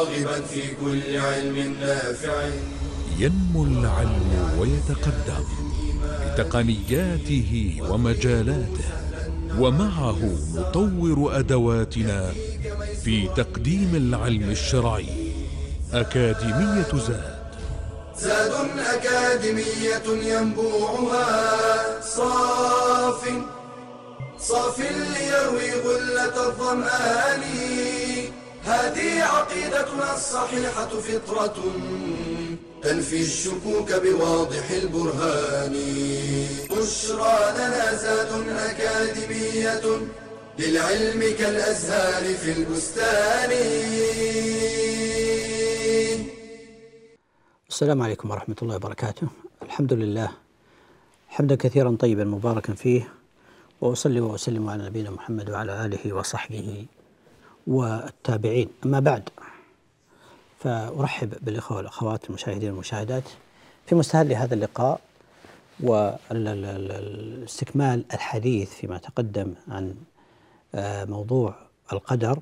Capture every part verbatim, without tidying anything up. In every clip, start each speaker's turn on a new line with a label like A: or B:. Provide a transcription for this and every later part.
A: راغبا في كل علم نافع.
B: ينمو العلم ويتقدم بتقنياته ومجالاته، ومعه نطور أدواتنا في تقديم العلم الشرعي. أكاديمية زاد
A: زاد أكاديمية ينبوعها صاف صاف ليروي غلة الظمآن. هذه عقيدتنا الصحيحة فطرة تنفي الشكوك بواضح البرهان. بشرى لنا زاد أكاديمية للعلم كالأزهار في البستان.
C: السلام عليكم ورحمة الله وبركاته. الحمد لله حمدا كثيرا طيبا مباركا فيه، وأصلي وأسلم على نبينا محمد وعلى آله وصحبه والتابعين. أما بعد، فأرحب بالإخوة والأخوات المشاهدين والمشاهدات في مستهل هذا اللقاء واستكمال الحديث فيما تقدم عن موضوع القدر.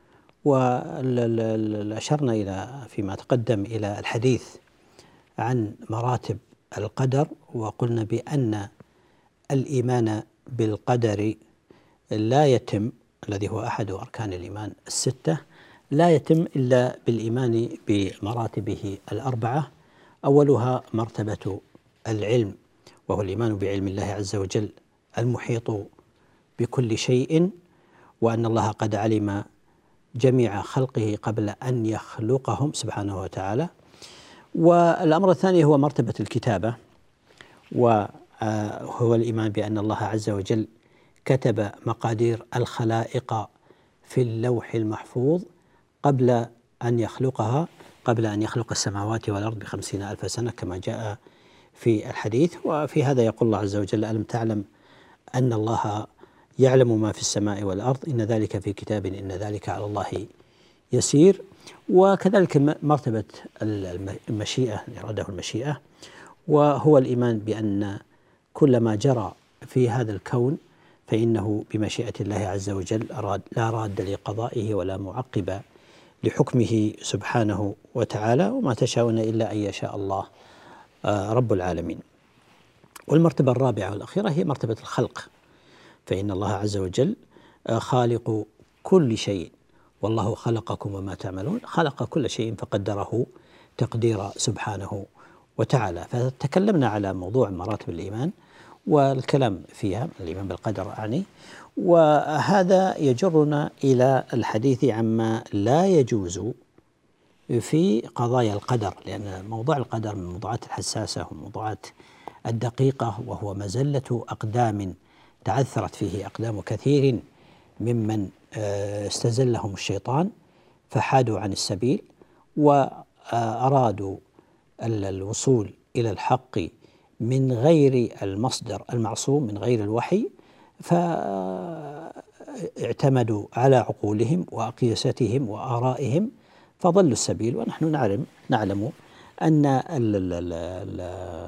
C: وأشرنا إلى فيما تقدم إلى الحديث عن مراتب القدر، وقلنا بأن الإيمان بالقدر لا يتم، الذي هو أحد أركان الإيمان الستة، لا يتم إلا بالإيمان بمراتبه الأربعة. أولها مرتبة العلم، وهو الإيمان بعلم الله عز وجل المحيط بكل شيء، وأن الله قد علم جميع خلقه قبل أن يخلقهم سبحانه وتعالى. والأمر الثاني هو مرتبة الكتابة، وهو الإيمان بأن الله عز وجل كتب مقادير الخلائق في اللوح المحفوظ قبل أن يخلقها، قبل أن يخلق السماوات والأرض بخمسين ألف سنة كما جاء في الحديث. وفي هذا يقول الله عز وجل: ألم تعلم أن الله يعلم ما في السماء والأرض، إن ذلك في كتاب، إن ذلك على الله يسير. وكذلك مرتبة المشيئة، إرادة المشيئة، وهو الإيمان بأن كل ما جرى في هذا الكون فإنه بمشيئة الله عز وجل، لا راد لقضائه ولا معقب لحكمه سبحانه وتعالى، وما تشاءون إلا أن يشاء الله رب العالمين. والمرتبة الرابعة والأخيرة هي مرتبة الخلق، فإن الله عز وجل خالق كل شيء، والله خلقكم وما تعملون، خلق كل شيء فقدره تقديرا سبحانه وتعالى. فتكلمنا على موضوع مراتب الإيمان والكلام فيها، الإيمان بالقدر أعني، وهذا يجرنا إلى الحديث عما لا يجوز في قضايا القدر، لأن موضوع القدر من الموضوعات الحساسة والموضوعات الدقيقة، وهو مزلة أقدام تعثرت فيه أقدام كثير ممن استزلهم الشيطان فحادوا عن السبيل وأرادوا الوصول إلى الحق من غير المصدر المعصوم، من غير الوحي، فاعتمدوا على عقولهم وأقيستهم وآرائهم فضلوا السبيل. ونحن نعلم نعلم أن ال ال ال ال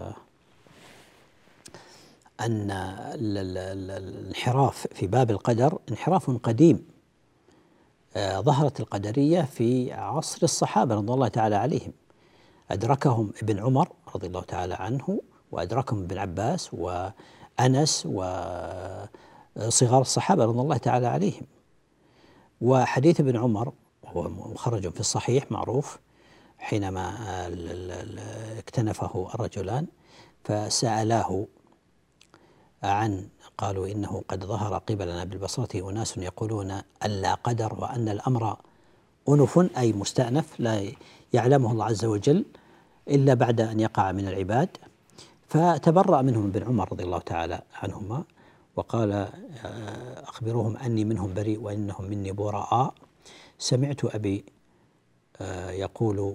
C: أن الانحراف في باب القدر انحراف قديم. ظهرت القدرية في عصر الصحابة رضي الله تعالى عليهم، أدركهم ابن عمر رضي الله تعالى عنه، وأدركهم ابن عباس وأنس وصغار الصحابة رضي الله تعالى عليهم. وحديث ابن عمر وهو مخرج في الصحيح معروف، حينما اكتنفه الرجلان فسألاه عن، قالوا إنه قد ظهر قبلنا بالبصرة أناس يقولون ألا قدر، وأن الأمر أنف أي مستأنف لا يعلمه الله عز وجل إلا بعد أن يقع من العباد. فتبرأ منهم ابن عمر رضي الله تعالى عنهما وقال: أخبروهم أني منهم بريء وإنهم مني براء. سمعت أبي يقول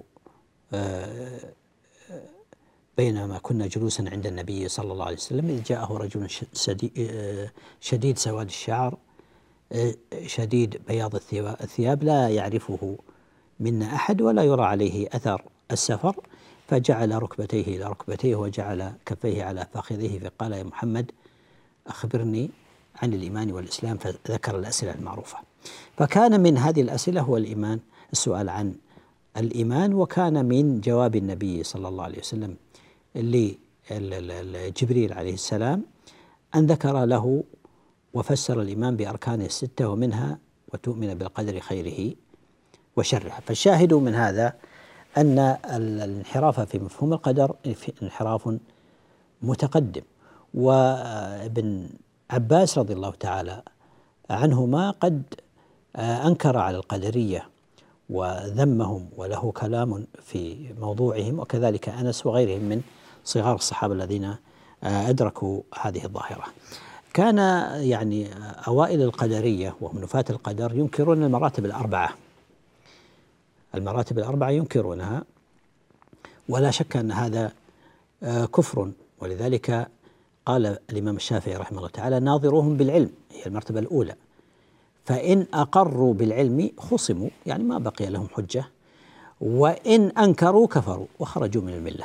C: بينما كنا جلوسا عند النبي صلى الله عليه وسلم إذ جاءه رجل شديد سواد الشعر شديد بياض الثياب لا يعرفه منا أحد ولا يرى عليه أثر السفر، فجعل ركبتيه إلى ركبتيه وجعل كفيه على فخذيه فقال: يا محمد أخبرني عن الإيمان والإسلام، فذكر الأسئلة المعروفة. فكان من هذه الأسئلة هو الإيمان، السؤال عن الإيمان. وكان من جواب النبي صلى الله عليه وسلم لجبريل عليه السلام أن ذكر له وفسر الإيمان بأركان الستة، ومنها وتؤمن بالقدر خيره وشره. فالشاهد من هذا أن الانحراف في مفهوم القدر انحراف متقدم. وابن عباس رضي الله تعالى عنهما قد أنكر على القدرية وذمهم وله كلام في موضوعهم، وكذلك أنس وغيرهم من صغار الصحابة الذين أدركوا هذه الظاهرة. كان يعني أوائل القدرية وهم نفاة القدر ينكرون المراتب الأربعة، المراتب الأربعة ينكرونها، ولا شك أن هذا كفر. ولذلك قال الإمام الشافعي رحمه الله تعالى: ناظروهم بالعلم، هي المرتبة الأولى، فإن أقروا بالعلم خصموا، يعني ما بقي لهم حجة، وإن أنكروا كفروا وخرجوا من الملة.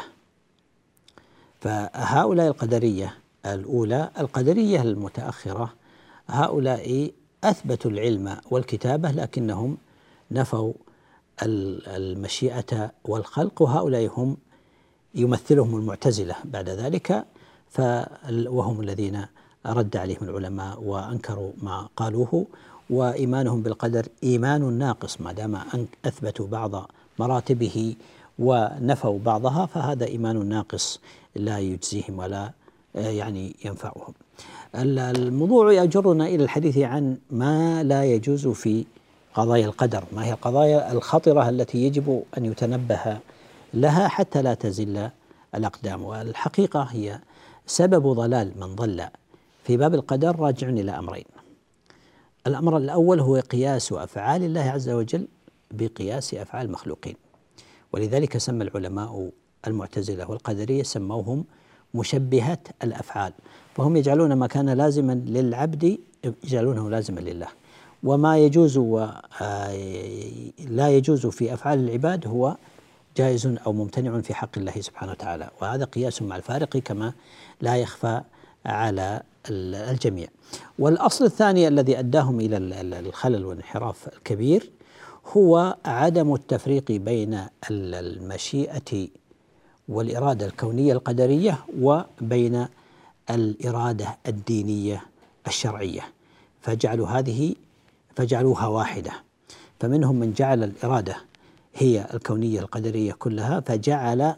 C: فهؤلاء القدرية الأولى، القدرية المتأخرة، هؤلاء أثبتوا العلم والكتابة لكنهم نفوا المشيئة والخلق، وهؤلاء هم يمثلهم المعتزلة بعد ذلك، وهم الذين رد عليهم العلماء وأنكروا ما قالوه. وإيمانهم بالقدر إيمان ناقص، ما دام أثبتوا بعض مراتبه ونفوا بعضها فهذا إيمان ناقص لا يجزيهم ولا يعني ينفعهم. الموضوع يجرنا إلى الحديث عن ما لا يجوز في قضايا القدر، ما هي القضايا الخطرة التي يجب أن يتنبه لها حتى لا تزل الأقدام. والحقيقة هي سبب ضلال من ضل في باب القدر راجع إلى أمرين. الأمر الأول هو قياس أفعال الله عز وجل بقياس أفعال المخلوقين، ولذلك سمى العلماء المعتزلة والقدرية سموهم مشبهة الأفعال، فهم يجعلون ما كان لازما للعبد يجعلونه لازما لله، وما يجوز ولا يجوز في أفعال العباد هو جائز أو ممتنع في حق الله سبحانه وتعالى، وهذا قياس مع الفارق كما لا يخفى على الجميع. والأصل الثاني الذي أداهم إلى الخلل والانحراف الكبير هو عدم التفريق بين المشيئة والإرادة الكونية القدرية وبين الإرادة الدينية الشرعية، فجعلوا هذه فجعلوها واحدة. فمنهم من جعل الإرادة هي الكونية القدرية كلها، فجعل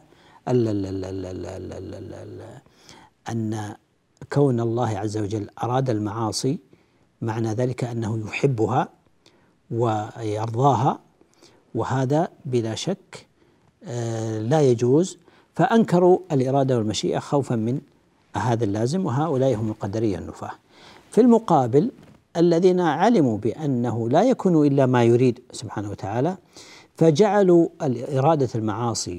C: أن كون الله عز وجل أراد المعاصي معنى ذلك أنه يحبها ويرضاها، وهذا بلا شك لا يجوز، فأنكروا الإرادة والمشيئة خوفا من هذا اللازم، وهؤلاء هم القدرية النفاة. في المقابل الذين علموا بأنه لا يكون إلا ما يريد سبحانه وتعالى، فجعلوا إرادة المعاصي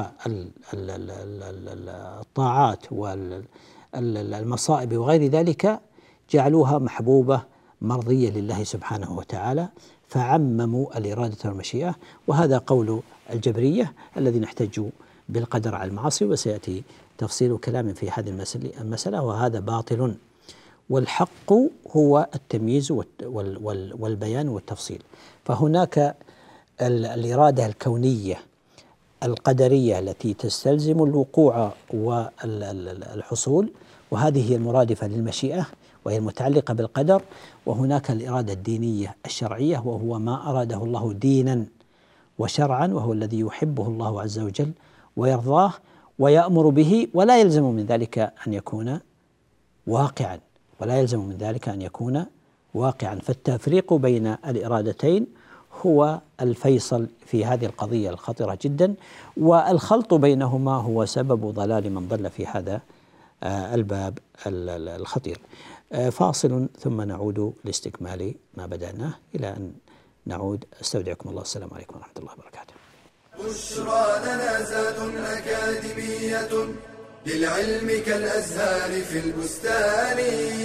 C: والطاعات والمصائب وغير ذلك جعلوها محبوبة مرضية لله سبحانه وتعالى، فعمموا الإرادة والمشيئة. وهذا قول الجبرية الذين احتجوا بالقدر على المعاصي، وسيأتي تفصيل كلام في هذه المسألة، وهذا باطل. والحق هو التمييز والبيان والتفصيل. فهناك الإرادة الكونية القدرية التي تستلزم الوقوع والحصول، وهذه هي المرادفة للمشيئة وهي المتعلقة بالقدر. وهناك الإرادة الدينية الشرعية، وهو ما أراده الله دينا وشرعا، وهو الذي يحبه الله عز وجل ويرضاه ويأمر به، ولا يلزم من ذلك أن يكون واقعا ولا يلزم من ذلك أن يكون واقعا. فالتفريق بين الإرادتين هو الفيصل في هذه القضية الخطرة جدا، والخلط بينهما هو سبب ضلال من ضل في هذا الباب الخطير. فاصل ثم نعود لاستكمال ما بدأناه. إلى أن نعود استودعكم الله، السلام عليكم ورحمة الله وبركاته.
A: بشرى لنا زاد أكاديمية للعلم كالأزهار في البستان.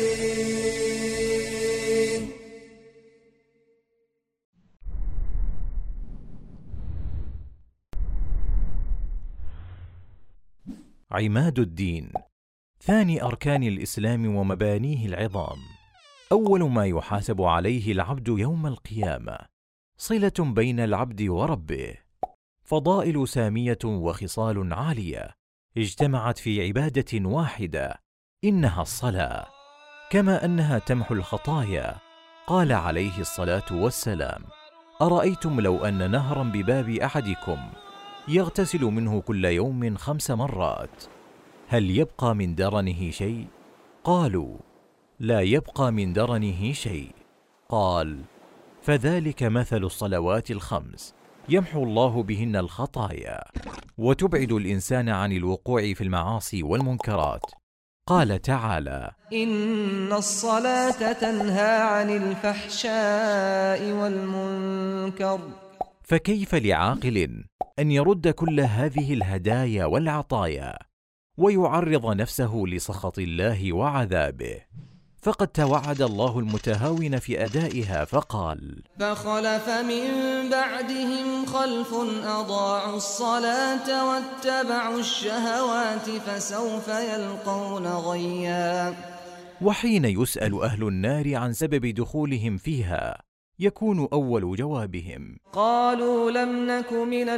D: عماد الدين، ثاني أركان الإسلام ومبانيه العظام، أول ما يحاسب عليه العبد يوم القيامة، صلة بين العبد وربه، فضائل سامية وخصال عالية اجتمعت في عبادة واحدة، إنها الصلاة، كما أنها تمحو الخطايا. قال عليه الصلاة والسلام: أرأيتم لو أن نهرا بباب أحدكم يغتسل منه كل يوم خمس مرات، هل يبقى من درنه شيء؟ قالوا: لا يبقى من درنه شيء. قال: فذلك مثل الصلوات الخمس يمحو الله بهن الخطايا وتبعد الإنسان عن الوقوع في المعاصي والمنكرات. قال تعالى:
E: إن الصلاة تنهى عن الفحشاء والمنكر.
D: فكيف لعاقل أن يرد كل هذه الهدايا والعطايا ويعرض نفسه لسخط الله وعذابه؟ فقد توعد الله المتهاون في أدائها فقال:
E: فخلف من بعدهم خلف أضاعوا الصلاة واتبعوا الشهوات فسوف يلقون غيا.
D: وحين يسأل أهل النار عن سبب دخولهم فيها يكون أول جوابهم:
E: قالوا لم نك من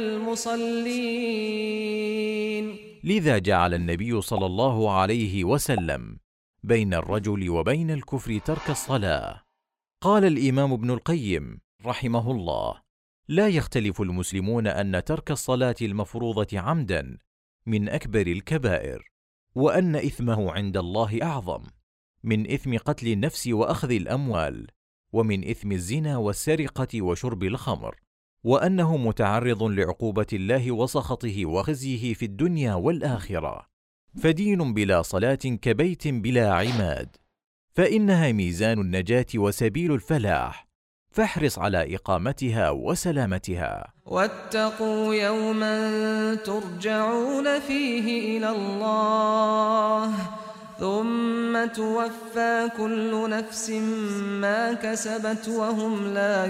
E: المصلين.
D: لذا جعل النبي صلى الله عليه وسلم بين الرجل وبين الكفر ترك الصلاة. قال الإمام ابن القيم رحمه الله: لا يختلف المسلمون أن ترك الصلاة المفروضة عمدا من أكبر الكبائر، وأن إثمه عند الله أعظم من إثم قتل النفس وأخذ الأموال، ومن إثم الزنا والسرقة وشرب الخمر، وأنه متعرض لعقوبة الله وسخطه وخزيه في الدنيا والآخرة. فدين بلا صلاة كبيت بلا عماد، فإنها ميزان النجاة وسبيل الفلاح، فاحرص على إقامتها وسلامتها.
E: واتقوا يوما ترجعون فيه إلى الله ثم توفى كل نفس ما كسبت وهم لا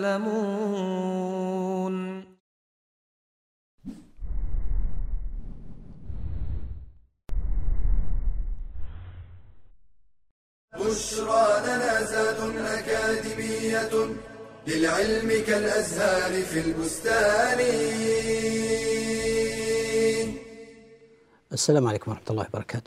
E: يظلمون.
A: بشرى لنا زاد أكاديمية للعلم كالأزهار في البستان.
C: السلام عليكم ورحمة الله وبركاته.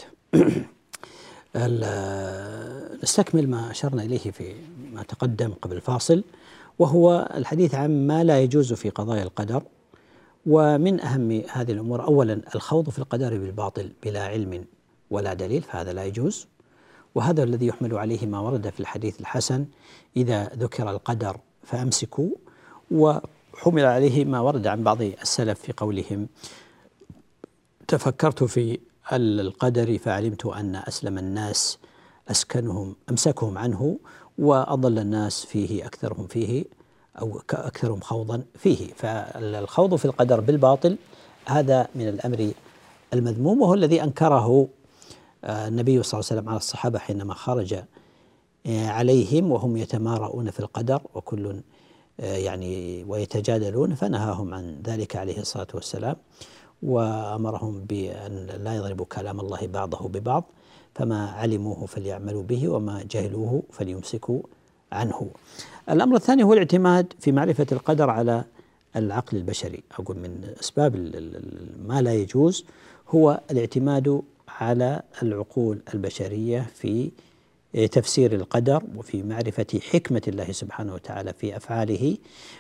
C: نستكمل ما أشرنا إليه في ما تقدم قبل الفاصل، وهو الحديث عن ما لا يجوز في قضايا القدر. ومن أهم هذه الأمور أولا الخوض في القدر بالباطل بلا علم ولا دليل، فهذا لا يجوز، وهذا الذي يحمل عليه ما ورد في الحديث الحسن: إذا ذكر القدر فأمسكوا. وحمل عليه ما ورد عن بعض السلف في قولهم: تفكرت في القدر فعلمت أن أسلم الناس أسكنهم أمسكهم عنه، وأضل الناس فيه أكثرهم فيه أو أكثرهم خوضا فيه. فالخوض في القدر بالباطل هذا من الأمر المذموم، وهو الذي أنكره النبي صلى الله عليه وسلم على الصحابة حينما خرج عليهم وهم يتمارؤون في القدر وكل يعني ويتجادلون، فنهاهم عن ذلك عليه الصلاة والسلام، وأمرهم بأن لا يضربوا كلام الله بعضه ببعض، فما علموه فليعملوا به وما جهلوه فليمسكوا عنه. الأمر الثاني هو الاعتماد في معرفة القدر على العقل البشري. أقول من أسباب ما لا يجوز هو الاعتماد على العقول البشرية في تفسير القدر وفي معرفة حكمة الله سبحانه وتعالى في أفعاله،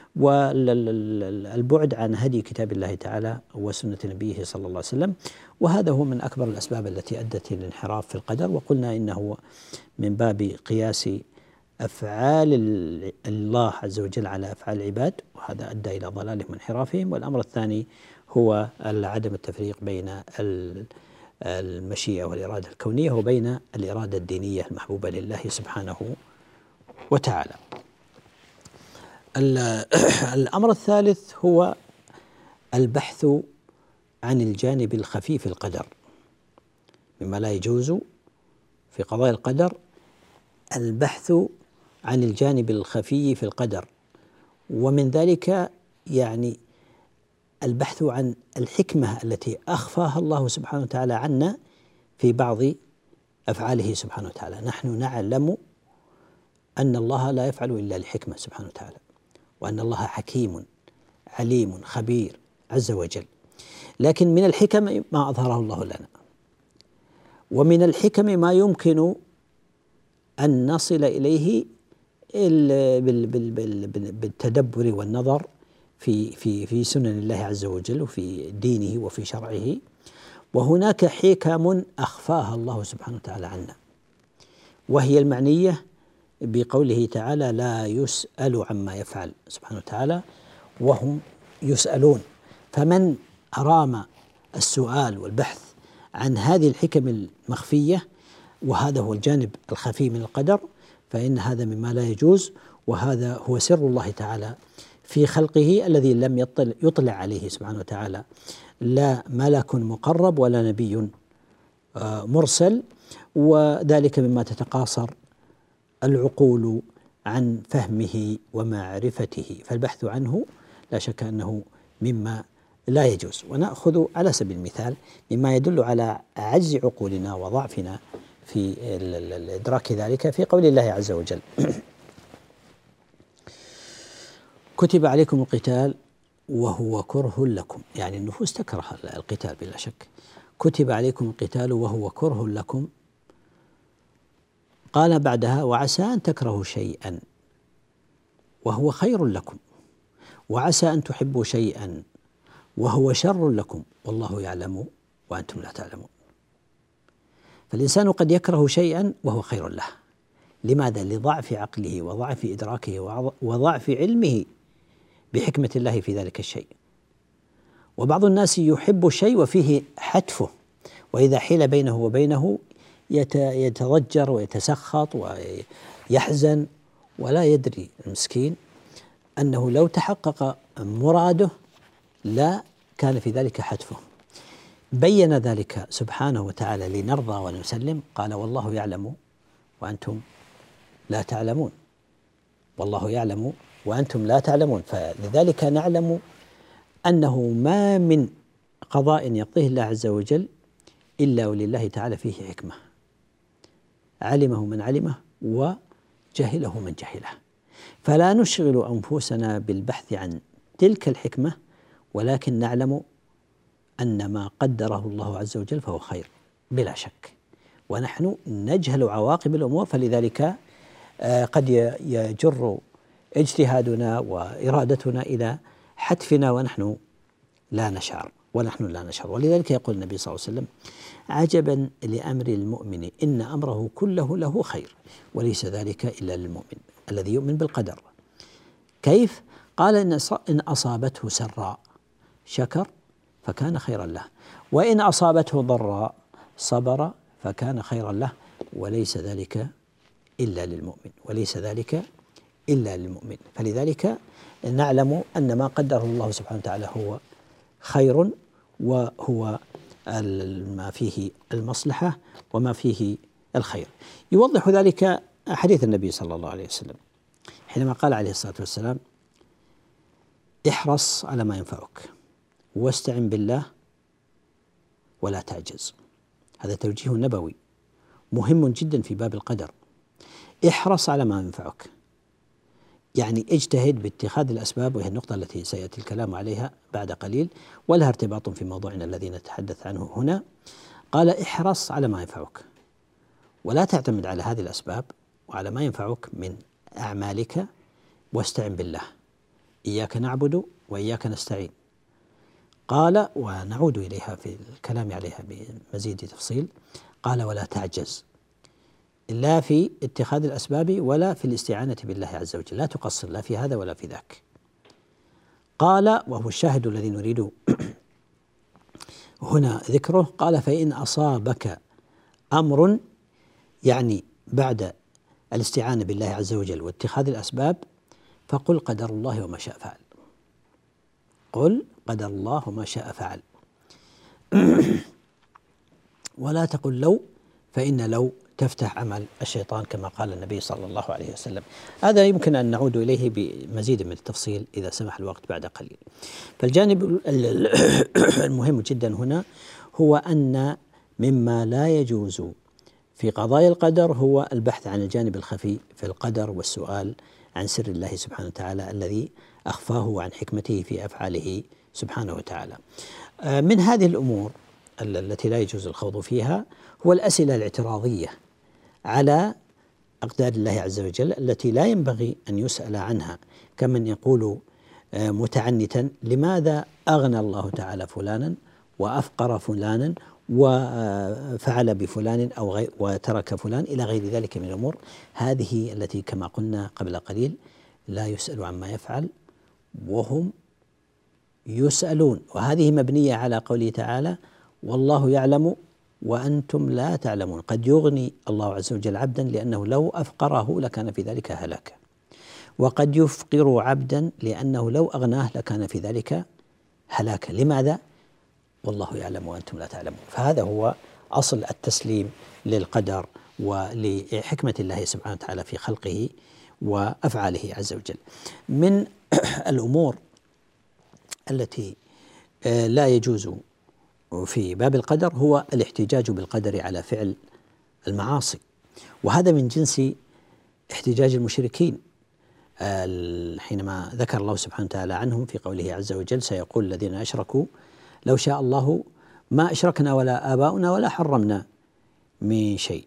C: والبعد عن هدي كتاب الله تعالى وسنة نبيه صلى الله عليه وسلم. وهذا هو من أكبر الأسباب التي أدت إلى الانحراف في القدر. وقلنا إنه من باب قياس أفعال الله عز وجل على أفعال العباد، وهذا أدى إلى ضلالهم وانحرافهم. والأمر الثاني هو عدم التفريق بين المشيئة والإرادة الكونية وبين الإرادة الدينية المحبوبة لله سبحانه وتعالى. الأمر الثالث هو البحث عن الجانب الخفي في القدر. مما لا يجوز في قضايا القدر البحث عن الجانب الخفي في القدر، ومن ذلك يعني البحث عن الحكمة التي أخفاها الله سبحانه وتعالى عنا في بعض أفعاله سبحانه وتعالى. نحن نعلم أن الله لا يفعل إلا لحكمة سبحانه وتعالى، وأن الله حكيم عليم خبير عز وجل. لكن من الحكم ما أظهره الله لنا، ومن الحكم ما يمكن أن نصل إليه بالتدبر والنظر في في في سنن الله عز وجل وفي دينه وفي شرعه. وهناك حكم أخفاها الله سبحانه وتعالى عنا، وهي المعنية بقوله تعالى: لا يسأل عما يفعل سبحانه وتعالى وهم يسألون. فمن أرام السؤال والبحث عن هذه الحكم المخفية، وهذا هو الجانب الخفي من القدر، فإن هذا مما لا يجوز، وهذا هو سر الله تعالى في خلقه الذي لم يطلع, يطلع عليه سبحانه وتعالى لا ملك مقرب ولا نبي مرسل، وذلك مما تتقاصر العقول عن فهمه ومعرفته، فالبحث عنه لا شك أنه مما لا يجوز. ونأخذ على سبيل المثال مما يدل على عجز عقولنا وضعفنا في إدراك ذلك في قول الله عز وجل: كتب عليكم القتال وهو كره لكم، يعني النفوس تكره القتال بلا شك. كتب عليكم القتال وهو كره لكم، قال بعدها: وعسى أن تكرهوا شيئا وهو خير لكم، وعسى أن تحبوا شيئا وهو شر لكم، والله يعلم وأنتم لا تعلمون. فالإنسان قد يكره شيئا وهو خير له. لماذا؟ لضعف عقله وضعف إدراكه وضعف علمه بحكمة الله في ذلك الشيء. وبعض الناس يحب الشيء وفيه حتفه، وإذا حيل بينه وبينه يتضجر ويتسخط ويحزن، ولا يدري المسكين أنه لو تحقق مراده لا كان في ذلك حتفه. بين ذلك سبحانه وتعالى لنرضى ونسلم، قال: والله يعلم وأنتم لا تعلمون، والله يعلم وأنتم لا تعلمون. فلذلك نعلم أنه ما من قضاء يقضيه الله عز وجل إلا ولله تعالى فيه حكمة، علمه من علمه وجهله من جهله. فلا نشغل أنفسنا بالبحث عن تلك الحكمة، ولكن نعلم أن ما قدره الله عز وجل فهو خير بلا شك، ونحن نجهل عواقب الأمور. فلذلك قد يجر اجتهادنا وإرادتنا إلى حتفنا ونحن لا نشعر ونحن لا نشعر. ولذلك يقول النبي صلى الله عليه وسلم: عجبا لأمر المؤمن إن أمره كله له خير وليس ذلك إلا للمؤمن الذي يؤمن بالقدر. كيف؟ قال: إن أصابته سراء شكر فكان خيرا له، وإن أصابته ضراء صبر فكان خيرا له، وليس ذلك إلا للمؤمن وليس ذلك إلا للمؤمن. فلذلك نعلم أن ما قدره الله سبحانه وتعالى هو خير، وهو ما فيه المصلحة وما فيه الخير. يوضح ذلك حديث النبي صلى الله عليه وسلم حينما قال عليه الصلاة والسلام: احرص على ما ينفعك واستعن بالله ولا تعجز. هذا توجيه نبوي مهم جدا في باب القدر. احرص على ما ينفعك، يعني اجتهد باتخاذ الأسباب، وهي النقطة التي سيأتي الكلام عليها بعد قليل ولها ارتباط في موضوعنا الذي نتحدث عنه هنا. قال: احرص على ما ينفعك ولا تعتمد على هذه الأسباب وعلى ما ينفعك من أعمالك، واستعن بالله، إياك نعبد وإياك نستعين. قال، ونعود إليها في الكلام عليها بمزيد تفصيل، قال: ولا تعجز، لا في اتخاذ الأسباب ولا في الاستعانة بالله عز وجل، لا تقصر لا في هذا ولا في ذاك. قال، وهو الشاهد الذي نريد هنا ذكره، قال: فإن أصابك أمر، يعني بعد الاستعانة بالله عز وجل واتخاذ الأسباب، فقل قدر الله وما شاء فعل. قل قدر الله وما شاء فعل. ولا تقل لو، فإن لو تفتح عمل الشيطان كما قال النبي صلى الله عليه وسلم. هذا يمكن أن نعود إليه بمزيد من التفصيل إذا سمح الوقت بعد قليل. فالجانب المهم جدا هنا هو أن مما لا يجوز في قضايا القدر هو البحث عن الجانب الخفي في القدر والسؤال عن سر الله سبحانه وتعالى الذي أخفاه عن حكمته في أفعاله سبحانه وتعالى. من هذه الأمور التي لا يجوز الخوض فيها هو الأسئلة الاعتراضية على أقدار الله عز وجل التي لا ينبغي أن يسأل عنها، كمن يقول متعنتا: لماذا أغنى الله تعالى فلانا وأفقر فلانا وفعل بفلان أو غير وترك فلان إلى غير ذلك من الأمور. هذه التي كما قلنا قبل قليل لا يسأل عما يفعل وهم يسألون، وهذه مبنية على قوله تعالى: والله يعلم وأنتم لا تعلمون. قد يغني الله عز وجل عبدا لأنه لو أفقره لكان في ذلك هلاكا، وقد يفقر عبدا لأنه لو أغناه لكان في ذلك هلاكا. لماذا؟ والله يعلم وأنتم لا تعلمون. فهذا هو أصل التسليم للقدر ولحكمة الله سبحانه وتعالى في خلقه وأفعاله عز وجل. من الأمور التي لا يجوز في باب القدر هو الاحتجاج بالقدر على فعل المعاصي، وهذا من جنس احتجاج المشركين حينما ذكر الله سبحانه وتعالى عنهم في قوله عز وجل: سيقول الذين أشركوا لو شاء الله ما أشركنا ولا آباؤنا ولا حرمنا من شيء.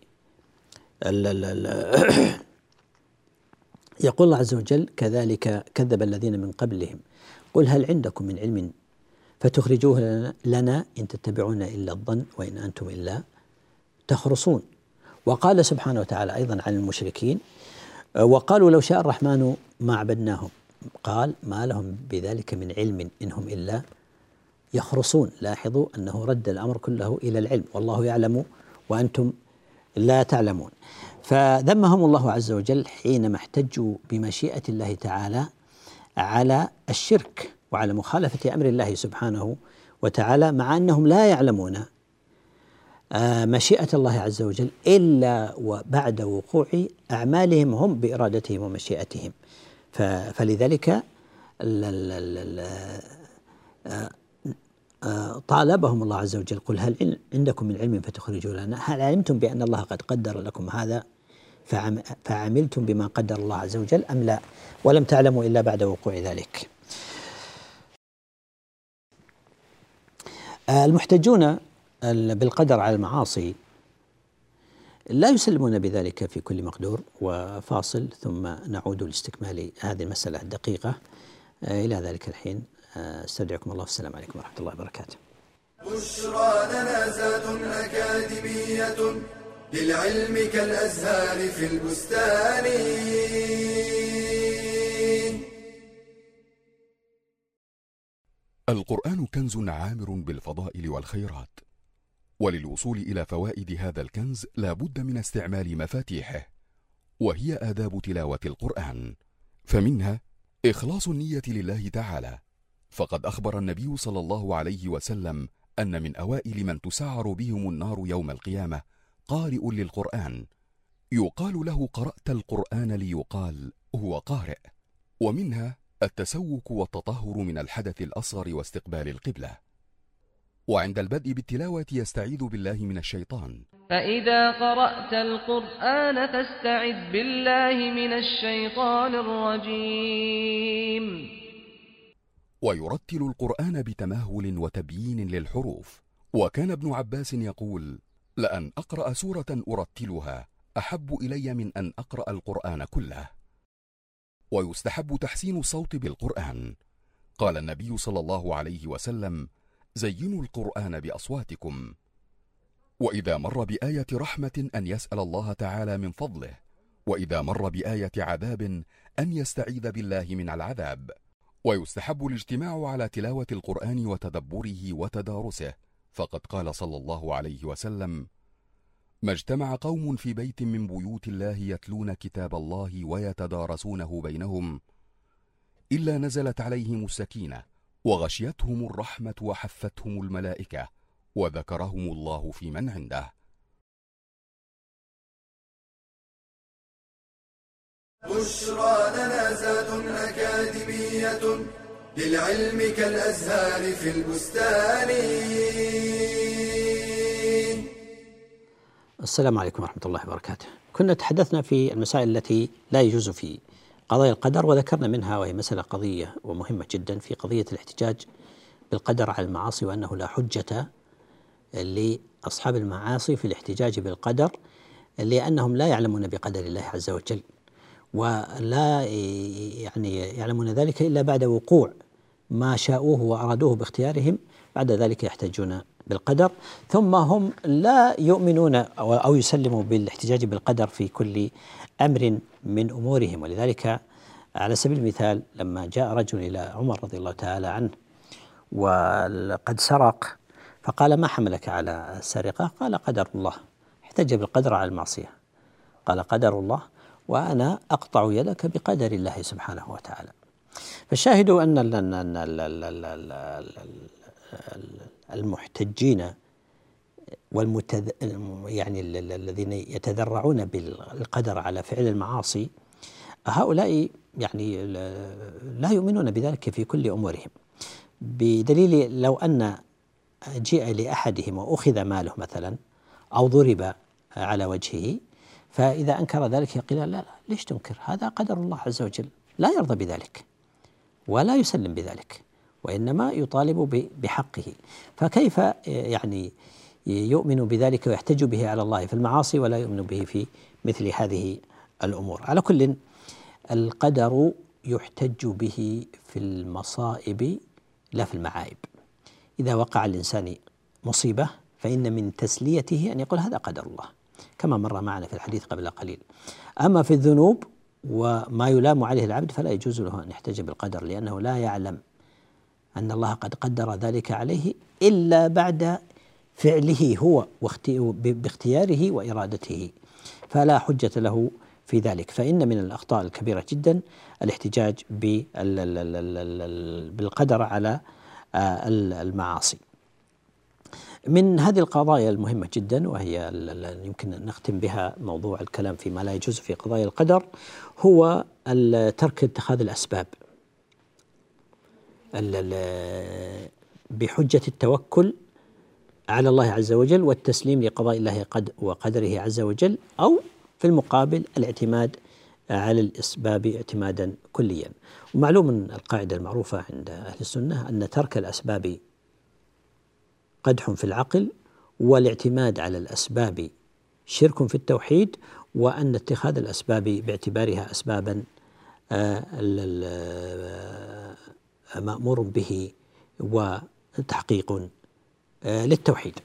C: يقول الله عز وجل: كذلك كذب الذين من قبلهم قل هل عندكم من علم فتخرجوه لنا إن تتبعون إلا الظن وإن أنتم إلا تخرصون. وقال سبحانه وتعالى أيضا عن المشركين: وقالوا لو شاء الرحمن ما عبدناهم، قال ما لهم بذلك من علم إنهم إلا يخرصون. لاحظوا أنه رد الأمر كله إلى العلم، والله يعلم وأنتم لا تعلمون. فذمهم الله عز وجل حينما احتجوا بمشيئة الله تعالى على الشرك وعلى مخالفة أمر الله سبحانه وتعالى، مع أنهم لا يعلمون مشيئة الله عز وجل إلا وبعد وقوع أعمالهم هم بإرادتهم ومشيئتهم. فلذلك طالبهم الله عز وجل: قل هل عندكم من علم فتخرجوا لنا، هل علمتم بأن الله قد قدر لكم هذا فعملتم بما قدر الله عز وجل أم لا، ولم تعلموا إلا بعد وقوع ذلك. المحتجون بالقدر على المعاصي لا يسلمون بذلك في كل مقدور. وفاصل ثم نعود لاستكمال هذه المسألة الدقيقة. إلى ذلك الحين استودعكم الله، والسلام عليكم ورحمة الله وبركاته.
A: بشرى لنا زاد أكاديمية للعلم كالأزهار في البستان.
F: القرآن كنز عامر بالفضائل والخيرات، وللوصول إلى فوائد هذا الكنز لا بد من استعمال مفاتيحه، وهي آداب تلاوة القرآن. فمنها إخلاص النية لله تعالى، فقد أخبر النبي صلى الله عليه وسلم أن من أوائل من تسعر بهم النار يوم القيامة قارئ للقرآن، يقال له قرأت القرآن ليقال هو قارئ. ومنها التسوك والتطهر من الحدث الأصغر واستقبال القبلة. وعند البدء بالتلاوة يستعيذ بالله من الشيطان.
E: فإذا قرأت القرآن فاستعذ بالله من الشيطان الرجيم.
F: ويرتل القرآن بتمهل وتبيين للحروف. وكان ابن عباس يقول: لأن أقرأ سورة أرتلها أحب إلي من أن أقرأ القرآن كله. ويستحب تحسين الصوت بالقرآن. قال النبي صلى الله عليه وسلم: زينوا القرآن بأصواتكم. وإذا مر بآية رحمة أن يسأل الله تعالى من فضله، وإذا مر بآية عذاب أن يستعيذ بالله من العذاب. ويستحب الاجتماع على تلاوة القرآن وتدبره وتدارسه، فقد قال صلى الله عليه وسلم: ما اجتمع قوم في بيت من بيوت الله يتلون كتاب الله ويتدارسونه بينهم إلا نزلت عليهم السكينة وغشيتهم الرحمة وحفتهم الملائكة وذكرهم الله في من عنده.
A: بشرى لنا زاد أكاديمية للعلم كالأزهار في البستان.
C: السلام عليكم ورحمة الله وبركاته. كنا تحدثنا في المسائل التي لا يجوز في قضايا القدر، وذكرنا منها وهي مسألة قضية ومهمة جدا في قضية الاحتجاج بالقدر على المعاصي، وأنه لا حجة لأصحاب المعاصي في الاحتجاج بالقدر، لأنهم لا يعلمون بقدر الله عز وجل، ولا يعني يعلمون ذلك إلا بعد وقوع ما شاءوه وأرادوه باختيارهم، بعد ذلك يحتجون بالقدر. ثم هم لا يؤمنون أو يسلموا بالاحتجاج بالقدر في كل أمر من أمورهم. ولذلك على سبيل المثال لما جاء رجل إلى عمر رضي الله تعالى عنه وقد سرق، فقال: ما حملك على السرقة؟ قال: قدر الله. احتج بالقدر على المعصية، قال: قدر الله وأنا أقطع يدك بقدر الله سبحانه وتعالى. فالشاهد أن المحتجين والمتذ... يعني الذين يتذرعون بالقدر على فعل المعاصي، هؤلاء يعني لا يؤمنون بذلك في كل أمورهم، بدليل لو أن جيء لأحدهم وأخذ ماله مثلا أو ضرب على وجهه، فإذا أنكر ذلك يقول: لا لا ليش تنكر؟ هذا قدر الله عز وجل. لا يرضى بذلك ولا يسلم بذلك، وإنما يطالب بحقه. فكيف يعني يؤمن بذلك ويحتج به على الله في المعاصي ولا يؤمن به في مثل هذه الأمور؟ على كل، القدر يحتج به في المصائب لا في المعائب. إذا وقع الإنسان مصيبة فإن من تسليته أن يقول: هذا قدر الله، كما مر معنا في الحديث قبل قليل. أما في الذنوب وما يلام عليه العبد فلا يجوز له أن يحتج بالقدر، لأنه لا يعلم أن الله قد قدر ذلك عليه إلا بعد فعله هو باختياره وإرادته، فلا حجة له في ذلك. فإن من الأخطاء الكبيرة جدا الاحتجاج بالقدر على المعاصي. من هذه القضايا المهمة جدا، وهي يمكن أن نختم بها موضوع الكلام فيما لا يجوز في قضايا القدر، هو ترك اتخاذ الأسباب بحجة التوكل على الله عز وجل والتسليم لقضاء الله قد وقدره عز وجل، أو في المقابل الاعتماد على الأسباب اعتمادا كليا. ومعلوم القاعدة المعروفة عند أهل السنة أن ترك الأسباب قدح في العقل، والاعتماد على الأسباب شرك في التوحيد، وأن اتخاذ الأسباب باعتبارها أسبابا مأمور به وتحقيق للتوحيد.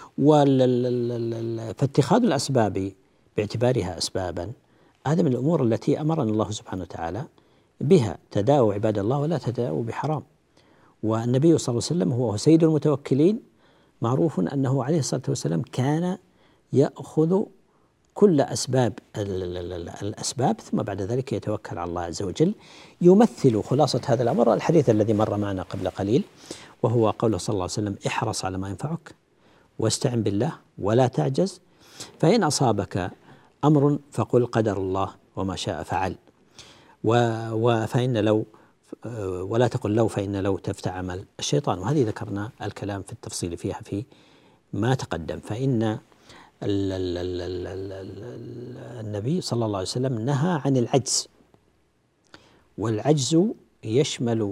C: فاتخاذ الأسباب باعتبارها أسبابا هذا من الأمور التي أمرنا الله سبحانه وتعالى بها: تداووا عباد الله ولا تداووا بحرام. والنبي صلى الله عليه وسلم هو سيد المتوكلين، معروف أنه عليه الصلاة والسلام كان يأخذ كل أسباب الأسباب ثم بعد ذلك يتوكل على الله عز وجل. يمثل خلاصة هذا الأمر الحديث الذي مر معنا قبل قليل، وهو قوله صلى الله عليه وسلم: احرص على ما ينفعك واستعن بالله ولا تعجز، فإن أصابك أمر فقل قدر الله وما شاء فعل، وفإن لو ولا تقل لو فإن لو تفتح عمل الشيطان. وهذه ذكرنا الكلام في التفصيل فيها في ما تقدم. فإن النبي صلى الله عليه وسلم نهى عن العجز، والعجز يشمل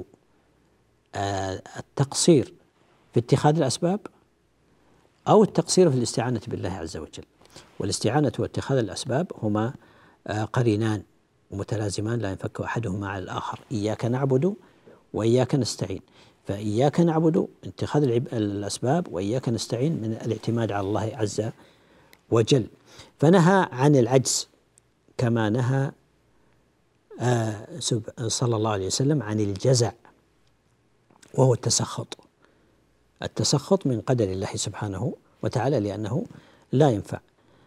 C: التقصير في اتخاذ الأسباب أو التقصير في الاستعانة بالله عز وجل. والاستعانة واتخاذ الأسباب هما قرينان ومتلازمان لا ينفك أحدهما على الآخر. إياك نعبد وإياك نستعين، فإياك نعبد اتخاذ الأسباب، وإياك نستعين من الاعتماد على الله عز وجل. فنهى عن العجز، كما نهى صلى الله عليه وسلم عن الجزع، وهو التسخط التسخط من قدر الله سبحانه وتعالى، لأنه لا ينفع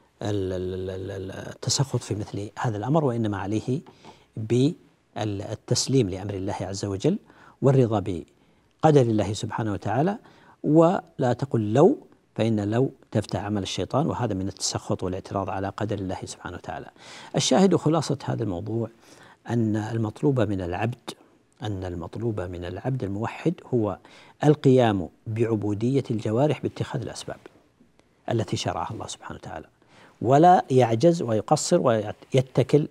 C: التسخط في مثل هذا الأمر، وإنما عليه بالتسليم لأمر الله عز وجل والرضا بقدر الله سبحانه وتعالى. ولا تقل لو، فإن لو تفتح عمل الشيطان، وهذا من التسخط والاعتراض على قدر الله سبحانه وتعالى. الشاهد خلاصة هذا الموضوع أن المطلوب من العبد أن المطلوب من العبد الموحد هو القيام بعبودية الجوارح باتخاذ الأسباب التي شرعها الله سبحانه وتعالى، ولا يعجز ويقصر ويتكل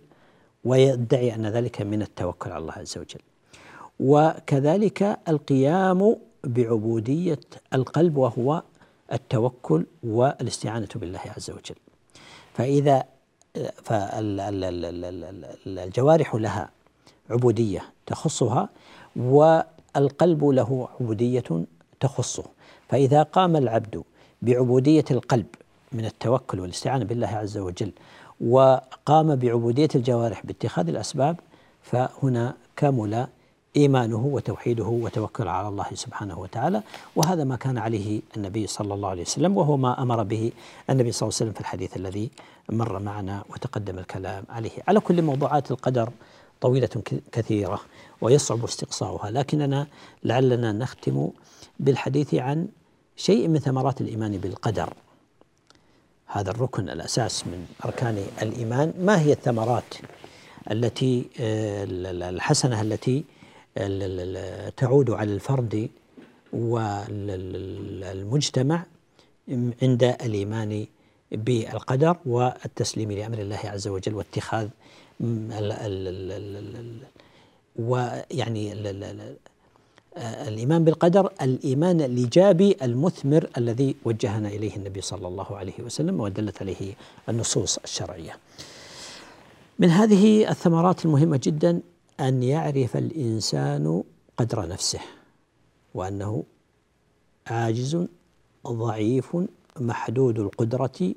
C: ويدعي أن ذلك من التوكل على الله عز وجل. وكذلك القيام بعبودية القلب، وهو التوكل والاستعانة بالله عز وجل. فإذا فالجوارح لها عبودية تخصها، والقلب له عبودية تخصه. فإذا قام العبد بعبودية القلب من التوكل والاستعانة بالله عز وجل، وقام بعبودية الجوارح باتخاذ الأسباب، فهنا كمل إيمانه وتوحيده وتوكل على الله سبحانه وتعالى. وهذا ما كان عليه النبي صلى الله عليه وسلم، وهو ما أمر به النبي صلى الله عليه وسلم في الحديث الذي مر معنا وتقدم الكلام عليه. على كل موضوعات القدر طويلة كثيرة ويصعب استقصاؤها، لكننا لعلنا نختم بالحديث عن شيء من ثمرات الإيمان بالقدر، هذا الركن الأساس من أركان الإيمان. ما هي الثمرات التي الحسنة التي تعود على الفرد والمجتمع عند الإيمان بالقدر والتسليم لأمر الله عز وجل واتخاذ ويعني الإيمان بالقدر، الإيمان الإيجابي المثمر الذي وجهنا إليه النبي صلى الله عليه وسلم ودلت عليه النصوص الشرعية. من هذه الثمرات المهمة جدا أن يعرف الإنسان قدر نفسه، وأنه عاجز ضعيف محدود القدرة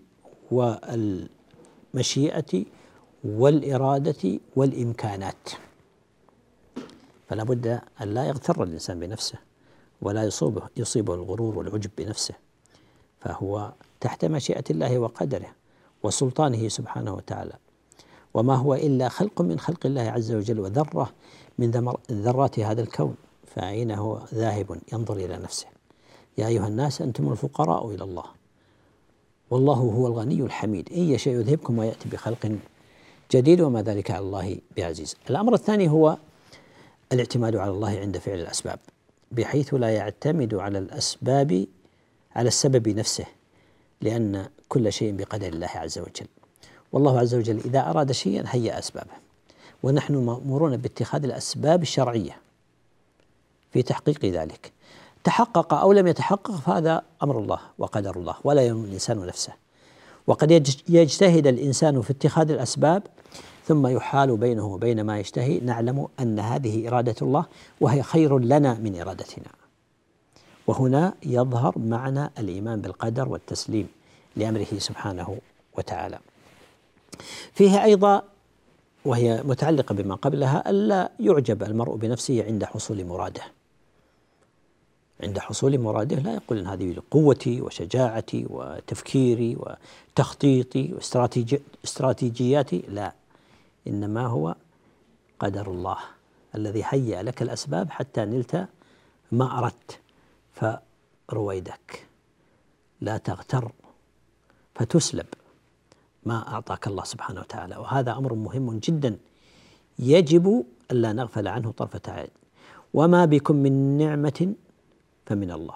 C: والمشيئة والإرادة والإمكانات. فلا بد أن لا يغتر الإنسان بنفسه ولا يصيبه يصيبه الغرور والعجب بنفسه، فهو تحت مشيئة الله وقدره وسلطانه سبحانه وتعالى، وما هو إلا خلق من خلق الله عز وجل وذرة من ذرات هذا الكون، فأين هو ذاهب ينظر إلى نفسه. يا أيها الناس أنتم الفقراء إلى الله والله هو الغني الحميد، إن يشاء يذهبكم ويأتي بخلق جديد وما ذلك على الله بعزيز. الأمر الثاني هو الاعتماد على الله عند فعل الأسباب، بحيث لا يعتمد على الأسباب على السبب نفسه، لأن كل شيء بقدر الله عز وجل، والله عز وجل إذا أراد شيئا هيأ أسبابه، ونحن مأمورون باتخاذ الأسباب الشرعية في تحقيق ذلك. تحقق أو لم يتحقق فهذا أمر الله وقدر الله، ولا يلوم الإنسان نفسه. وقد يجتهد الإنسان في اتخاذ الأسباب ثم يحال بينه وبين ما يشتهي، نعلم أن هذه إرادة الله وهي خير لنا من إرادتنا. وهنا يظهر معنى الإيمان بالقدر والتسليم لأمره سبحانه وتعالى. فيها أيضا، وهي متعلقة بما قبلها، ألا يعجب المرء بنفسه عند حصول مراده. عند حصول مراده لا يقول إن هذه قوتي وشجاعتي وتفكيري وتخطيطي واستراتيجياتي، لا، إنما هو قدر الله الذي هيأ لك الأسباب حتى نلت ما أردت. فرويدك لا تغتر فتسلب ما أعطاك الله سبحانه وتعالى، وهذا أمر مهم جدا يجب ألا نغفل عنه طرفة عين. وما بكم من نعمة فمن الله.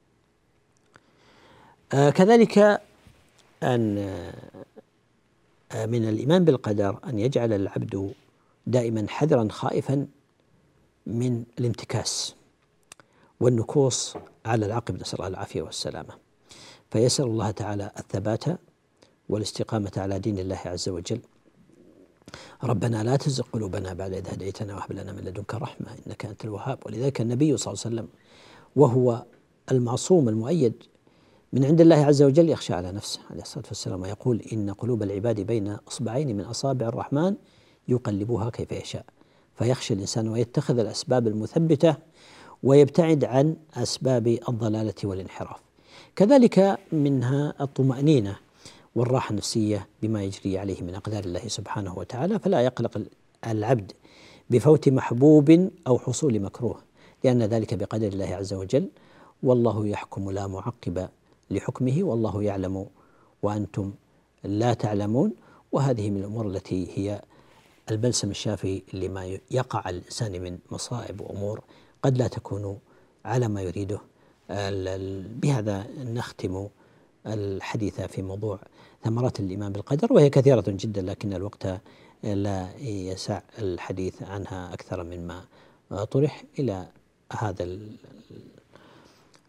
C: آه كذلك أن آه من الإيمان بالقدر أن يجعل العبد دائما حذرا خائفا من الانتكاس والنكوص على العقب، نسأل الله العافية والسلامة، فيسأل الله تعالى الثبات والاستقامة على دين الله عز وجل. ربنا لا تزغ قلوبنا بعد إذ هديتنا وهب لنا من لدنك رحمة إنك أنت الوهاب. ولذلك النبي صلى الله عليه وسلم وهو المعصوم المؤيد من عند الله عز وجل يخشى على نفسه عليه الصلاة والسلام ويقول: إن قلوب العباد بين إصبعين من أصابع الرحمن يقلبها كيف يشاء. فيخشى الإنسان ويتخذ الأسباب المثبتة ويبتعد عن أسباب الضلالة والانحراف. كذلك منها الطمأنينة والراحة النفسية بما يجري عليه من أقدار الله سبحانه وتعالى، فلا يقلق العبد بفوت محبوب أو حصول مكروه، لأن ذلك بقدر الله عز وجل، والله يحكم لا معقب لحكمه، والله يعلم وأنتم لا تعلمون. وهذه من الأمور التي هي البلسم الشافي لما يقع على الإنسان من مصائب وأمور قد لا تكون على ما يريده. بهذا نختم الحديث في موضوع ثمرات الإيمان بالقدر، وهي كثيرة جدا، لكن الوقت لا يسع الحديث عنها أكثر مما طرح. إلى هذا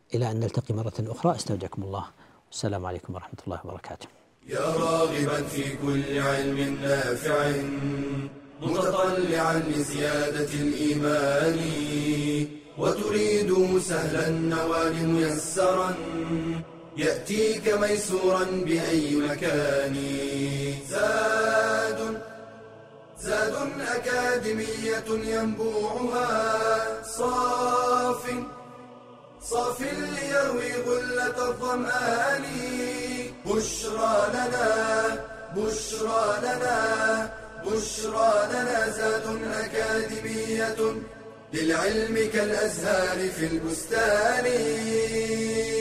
C: إلى أن نلتقي مرة أخرى، استودعكم الله، والسلام عليكم ورحمة الله وبركاته.
A: يا راغبا في كل علم نافع متطلعا لزيادة الإيمان وتريد سهلا النوال ميسرا يأتيك ميسورا بأي مكان. زاد زاد أكاديمية ينبوعها صاف صاف ليروي غلة الظمآن. بشرى لنا بشرى لنا بشرى لنا زاد أكاديمية للعلم كالأزهار في البستان.